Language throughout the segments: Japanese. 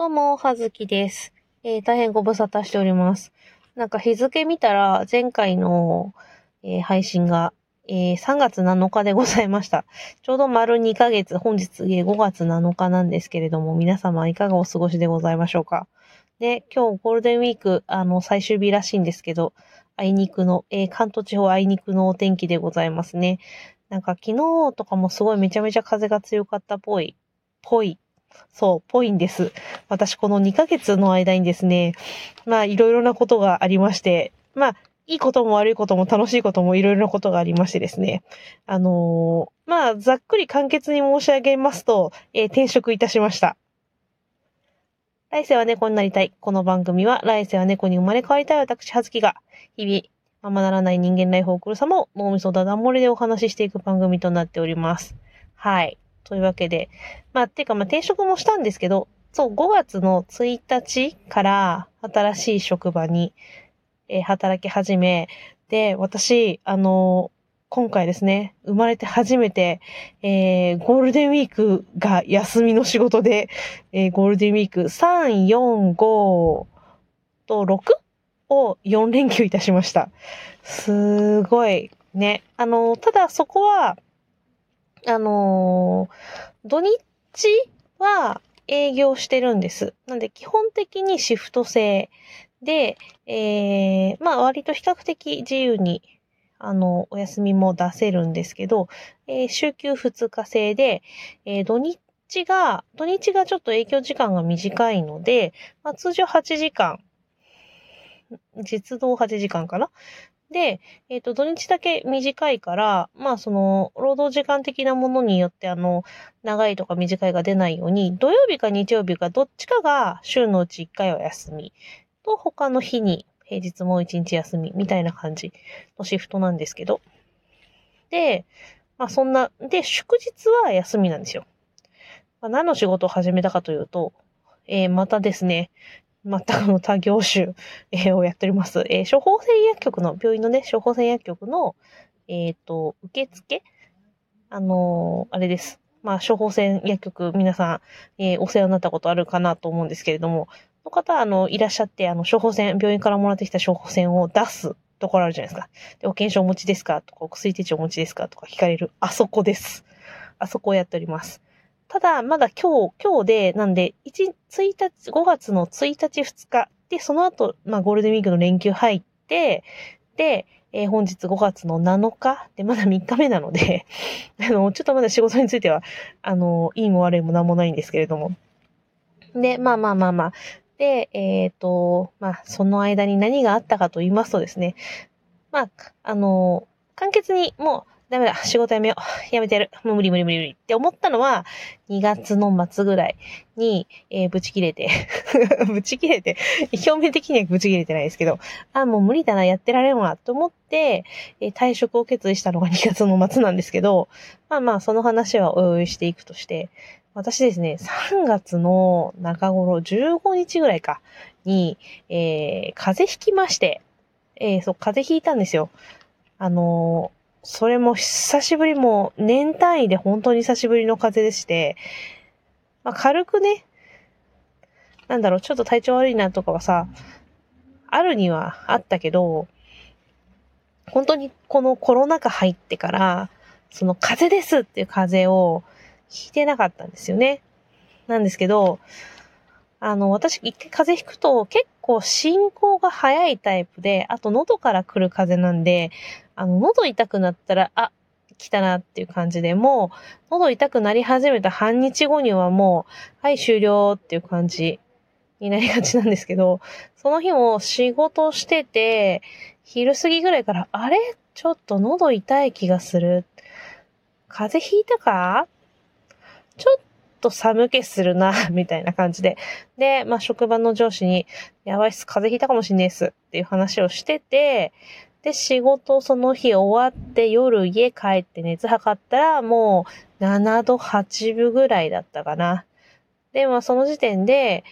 どうも、はずきです。大変ご無沙汰しております。なんか日付見たら、前回の、配信が、3月7日でございました。ちょうど丸2ヶ月、本日、5月7日なんですけれども、皆様いかがお過ごしでございましょうか。で、今日ゴールデンウィーク、最終日らしいんですけど、あいにくの、関東地方あいにくのお天気でございますね。なんか昨日とかもすごいめちゃめちゃ風が強かったっぽい。ぽいんです。私この2ヶ月の間にですね、いろいろなことがありまして、いいことも悪いことも楽しいこともいろいろなことがありましてですね。ざっくり簡潔に申し上げますと、転職いたしました。来世は猫になりたい。この番組は来世は猫に生まれ変わりたい私、はずきが、日々、ままならない人間ライフを送る様を脳みそだだ漏れでお話ししていく番組となっております。はい。というわけで、転職もしたんですけど、そう、5月の1日から新しい職場に、働き始め、で、私、今回ですね、生まれて初めて、ゴールデンウィークが休みの仕事で、ゴールデンウィーク3、4、5と6を4連休いたしました。すごいね。ただそこは、土日は営業してるんです。なんで基本的にシフト制で、割と比較的自由に、お休みも出せるんですけど、週休2日制で、土日がちょっと営業時間が短いので、通常8時間、実働8時間かなで、土日だけ短いから、労働時間的なものによって、長いとか短いが出ないように、土曜日か日曜日かどっちかが週のうち1回は休み。と、他の日に平日もう1日休みみたいな感じのシフトなんですけど。で、祝日は休みなんですよ。何の仕事を始めたかというと、またですね、全くの他業種、をやっております。処方箋薬局の、病院のね、処方箋薬局の、受付あれです。処方箋薬局、皆さん、お世話になったことあるかなと思うんですけれども、の方、いらっしゃって、処方箋、病院からもらってきた処方箋を出すところあるじゃないですか。で、保険証お持ちですかとか、お薬手帳お持ちですかとか聞かれる。あそこです。あそこをやっております。ただ、まだ今日で、なんで、5月の1日2日、で、その後、ゴールデンウィークの連休入って、で、本日5月の7日で、まだ3日目なので、ちょっとまだ仕事については、いいも悪いもなんもないんですけれども。で、で、その間に何があったかと言いますとですね、簡潔にもうダメだ、仕事やめよう、やめてやる、もう無理って思ったのは、2月の末ぐらいに、ブチ切れて、表面的にはブチ切れてないですけど、もう無理だな、やってられんわ、と思って、退職を決意したのが2月の末なんですけど、その話はおいおいしていくとして、私ですね、3月の中頃、15日ぐらいか、に、風邪ひきまして、風邪ひいたんですよ。それも久しぶりも年単位で本当に久しぶりの風邪でして、軽くね、ちょっと体調悪いなとかはさ、あるにはあったけど、本当にこのコロナ禍入ってから、その風邪ですっていう風邪をひいてなかったんですよね。なんですけど、私一回風邪ひくと結構進行が早いタイプで、あと喉から来る風邪なんで、喉痛くなったら、来たなっていう感じで、もう、喉痛くなり始めた半日後にはもう、はい、終了っていう感じになりがちなんですけど、その日も仕事してて、昼過ぎぐらいから、あれちょっと喉痛い気がする。風邪ひいたかちょっと寒気するな、みたいな感じで。で、職場の上司に、やばいっす、風邪ひいたかもしんねえっすっていう話をしてて、で、仕事その日終わって夜家帰って熱測ったらもう7度8分ぐらいだったかな。で、その時点で、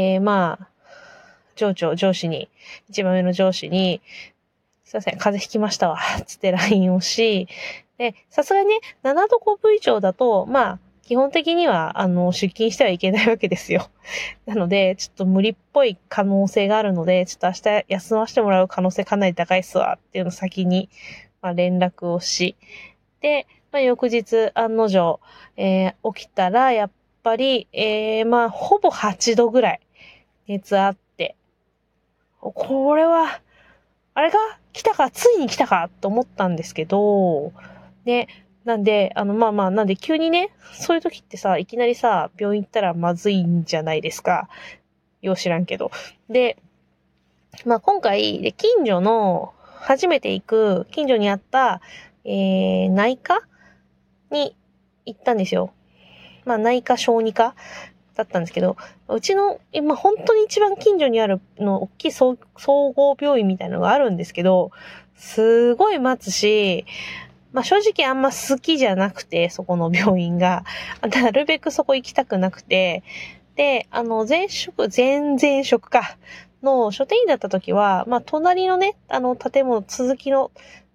上司に、一番上の上司に、すいません、風邪ひきましたわ、つって LINE をし、で、さすがにね、7度5分以上だと、 基本的には、出勤してはいけないわけですよ。なので、ちょっと無理っぽい可能性があるので、ちょっと明日休ませてもらう可能性かなり高いっすわっていうのを先に、連絡をし、で、翌日案の定、起きたら、やっぱり、ほぼ8度ぐらい熱あって、これは、あれか来たかついに来たかと思ったんですけど、で、なんで、なんで急にね、そういう時ってさ、いきなりさ、病院行ったらまずいんじゃないですか。よう知らんけど。で、今回、近所の、初めて行く、近所にあった、内科に行ったんですよ。内科小児科だったんですけど、うちの、本当に一番近所にある大きい総合病院みたいなのがあるんですけど、すごい待つし、正直あんま好きじゃなくて、そこの病院が。なるべくそこ行きたくなくて、で、前職か、の書店員だった時は、隣のね、建物、続きの、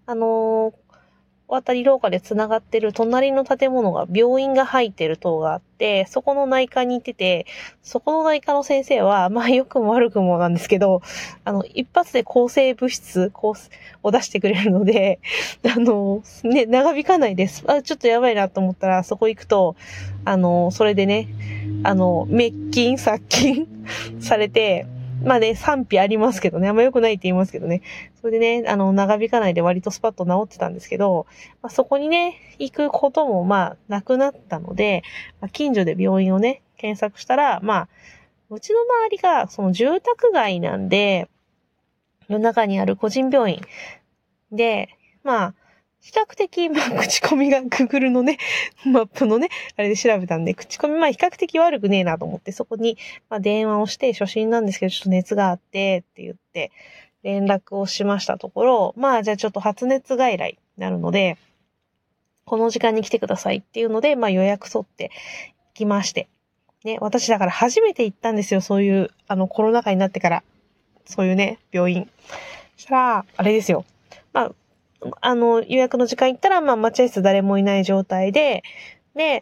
渡り廊下で繋がってる隣の建物が病院が入ってる棟があって、そこの内科に行ってて、そこの内科の先生は、良くも悪くもなんですけど、一発で抗生物質を出してくれるので、長引かないです。ちょっとやばいなと思ったら、そこ行くと、それでね、殺菌されて、賛否ありますけどね。あんま良くないって言いますけどね。それでね、長引かないで割とスパッと治ってたんですけど、そこにね、行くこともなくなったので、近所で病院をね、検索したら、うちの周りがその住宅街なんで、の中にある個人病院で、比較的、口コミが Google のね、マップのね、あれで調べたんで、口コミ比較的悪くねえなと思って、そこに、電話をして、初診なんですけど、ちょっと熱があって、って言って、連絡をしましたところ、じゃあちょっと発熱外来になるので、この時間に来てくださいっていうので、予約取ってきまして。ね、私だから初めて行ったんですよ、そういう、コロナ禍になってから。そういうね、病院。そしたら、あれですよ。予約の時間行ったら、待合室誰もいない状態で、で、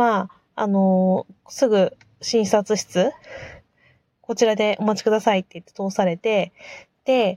すぐ診察室、こちらでお待ちくださいって言って通されて、で、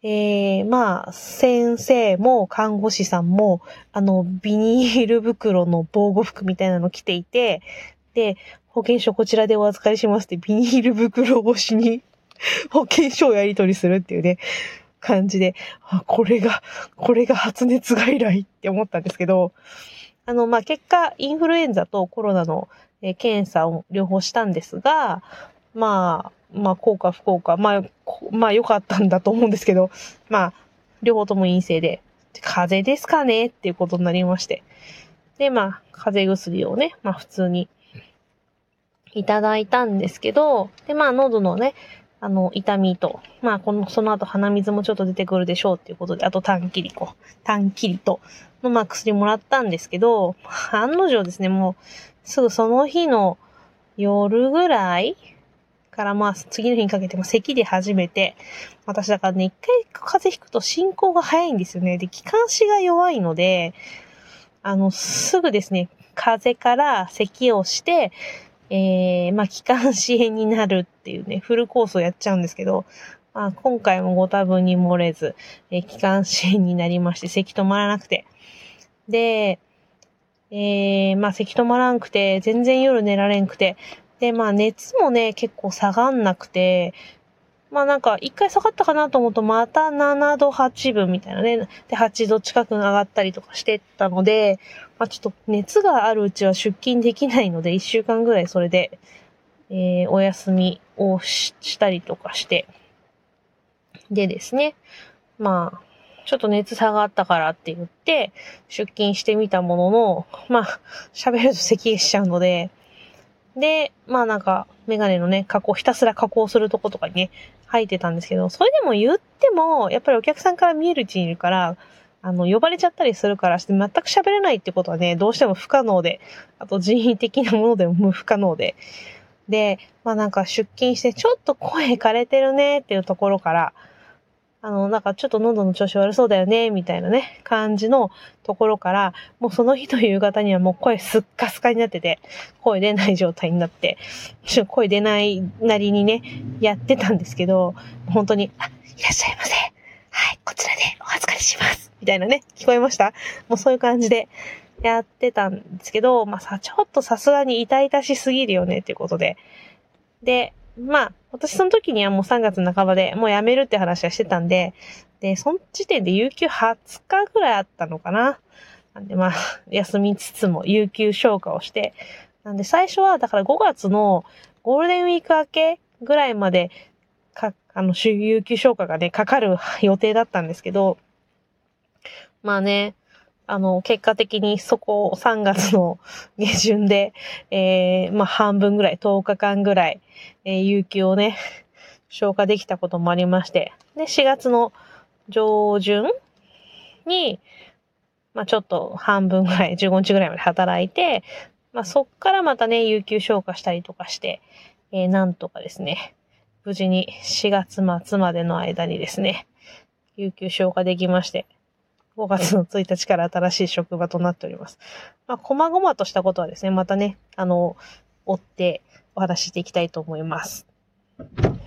先生も看護師さんも、ビニール袋の防護服みたいなの着ていて、で、保険証こちらでお預かりしますってビニール袋越しに保険証をやり取りするっていうね、感じで、これが発熱外来って思ったんですけど、結果、インフルエンザとコロナの検査を両方したんですが、効果不効果、良かったんだと思うんですけど、両方とも陰性で、風邪ですかねっていうことになりまして。で、風邪薬をね、普通にいただいたんですけど、で、喉のね、痛みと、その後鼻水もちょっと出てくるでしょうっていうことで、あと短期リとの、薬もらったんですけど、案の定ですね、もう、すぐその日の夜ぐらいから次の日にかけても咳で始めて、私だからね、一回風邪ひくと進行が早いんですよね。で、気管支が弱いので、すぐですね、風邪から咳をして、気管支炎になるっていうね、フルコースをやっちゃうんですけど、今回もご多分に漏れず、気管支炎になりまして、咳止まらなくて。で、咳止まらんくて、全然夜寝られんくて、で、熱もね、結構下がんなくて、一回下がったかなと思うと、また7度8分みたいなね。で、8度近く上がったりとかしてたので、ちょっと熱があるうちは出勤できないので、1週間ぐらいそれで、お休みをしたりとかして。でですね、ちょっと熱下がったからって言って、出勤してみたものの、喋ると咳しちゃうので、で、メガネのね、ひたすら加工するとことかにね、入ってたんですけど、それでも言っても、やっぱりお客さんから見える位置にいるから、呼ばれちゃったりするからして、全く喋れないってことはね、どうしても不可能で、あと人為的なものでも不可能で。で、出勤して、ちょっと声枯れてるねっていうところから、 なんかちょっと喉の調子悪そうだよね、みたいなね、感じのところから、もうその日の夕方にはもう声スッカスカになってて、声出ない状態になって、声出ないなりにね、やってたんですけど、本当に、いらっしゃいませ。はい、こちらでお預かりします。みたいなね、聞こえました？もうそういう感じでやってたんですけど、ちょっとさすがに痛々しすぎるよねっていうことで。で、私その時にはもう3月半ばでもう辞めるって話はしてたんで、で、その時点で有給20日ぐらいあったのかな。なんで休みつつも有給消化をして、なんで最初はだから5月のゴールデンウィーク明けぐらいまで有給消化がね、かかる予定だったんですけど、結果的にそこを3月の下旬で、半分ぐらい、10日間ぐらい、有給をね、消化できたこともありまして、で、4月の上旬に、ちょっと半分ぐらい、15日ぐらいまで働いて、そっからまたね、有給消化したりとかして、なんとかですね、無事に4月末までの間にですね、有給消化できまして、5月の1日から新しい職場となっております。細々としたことはですね、またね、追ってお話ししていきたいと思います。